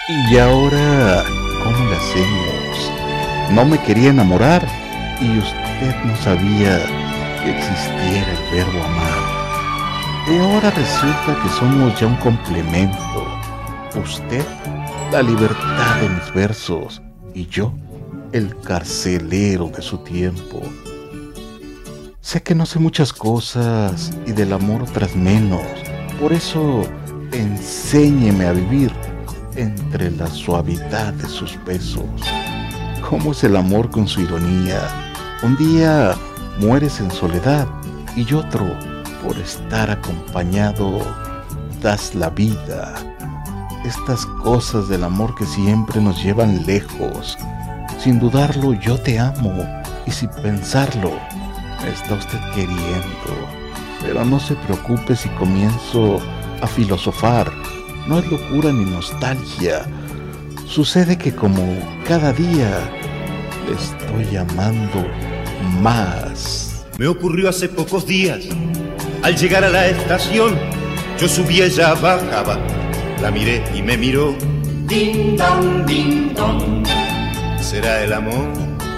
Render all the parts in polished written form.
Y ahora, ¿cómo le hacemos? No me quería enamorar y usted no sabía que existiera el verbo amar. Y ahora resulta que somos ya un complemento. Usted, la libertad de mis versos, y yo, el carcelero de su tiempo. Sé que no sé muchas cosas y del amor otras menos. Por eso, enséñeme a vivir entre la suavidad de sus besos. ¿Cómo es el amor con su ironía? Un día mueres en soledad y otro, por estar acompañado, das la vida. Estas cosas del amor que siempre nos llevan lejos. Sin dudarlo, yo te amo y sin pensarlo, me está usted queriendo. Pero no se preocupe si comienzo a filosofar. No es locura ni nostalgia. Sucede que como cada día le estoy amando más. Me ocurrió hace pocos días. Al llegar a la estación, yo subía, ella bajaba. La miré y me miró. Ding dong, ding dong. ¿Será el amor?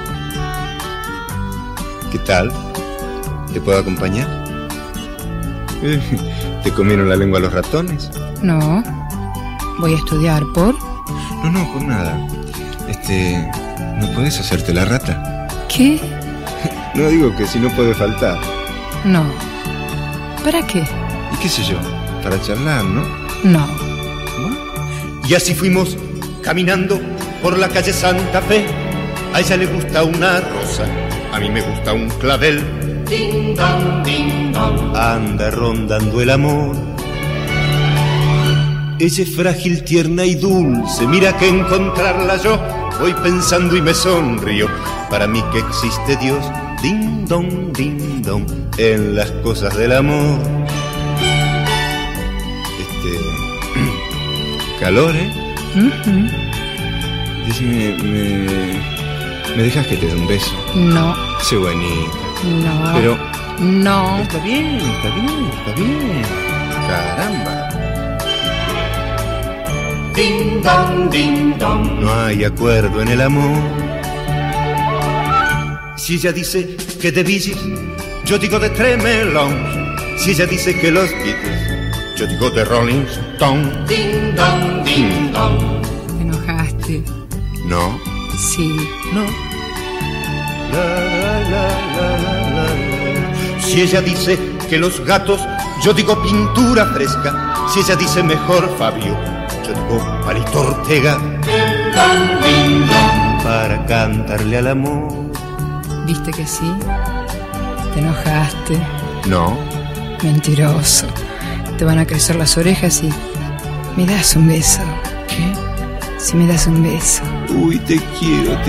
¿Qué tal? ¿Te puedo acompañar? ¿Te comieron la lengua los ratones? No, voy a estudiar por... No, por nada. ¿No puedes hacerte la rata? ¿Qué? No, digo que si no puede faltar. No. ¿Para qué? ¿Y qué sé yo? Para charlar, ¿no? No. Y así fuimos caminando por la calle Santa Fe. A ella le gusta una rosa, a mí me gusta un clavel. Ding dong, ding dong. Anda rondando el amor. Ella es frágil, tierna y dulce. Mira que encontrarla yo voy pensando y me sonrío. Para mí que existe Dios, ding dong, en las cosas del amor. Calor, ¿eh? Decime, ¿me dejas que te dé un beso? No. Sé bonito. No. Pero... No. Está bien. Caramba. Ding dong. No hay acuerdo en el amor. Si ella dice que de Bee Gees, yo digo de Tremelons. Si ella dice que los Beatles, yo digo de Rolling Stone. Ding dong. ¿Te enojaste? No. Sí. No. La. Si ella dice que los gatos, yo digo pintura fresca. Si ella dice mejor Fabio, yo digo Palito Ortega. Ding dong. Para cantarle al amor. ¿Viste que sí? ¿Te enojaste? No. Mentiroso. Te van a crecer las orejas y... ¿Me das un beso? ¿Qué? Si me das un beso. Uy, te quiero.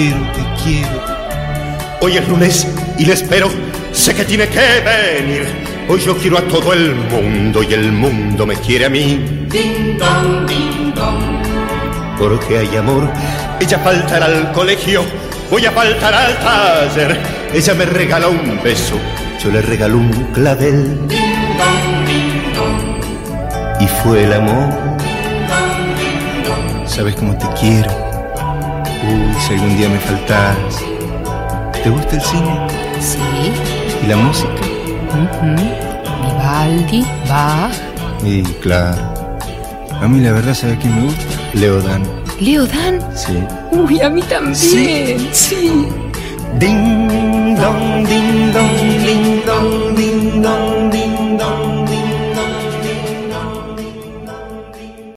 Hoy es lunes y le espero. Sé que tiene que venir. Hoy yo quiero a todo el mundo y el mundo me quiere a mí. Ding dong. Porque hay amor. Ella faltará al colegio, voy a faltar al taller. Ella me regala un beso, yo le regalo un clavel. Ding dong. Y fue el amor. ¿Sabes cómo te quiero? Uy, si algún día me faltas. ¿Te gusta el cine? Sí. ¿Y la música? Vivaldi, Bach. Y claro. A mí la verdad, ¿sabes quién me gusta? ¿Leo Dan? ¿Leo Dan? Sí. Uy, a mí también. Sí. Ding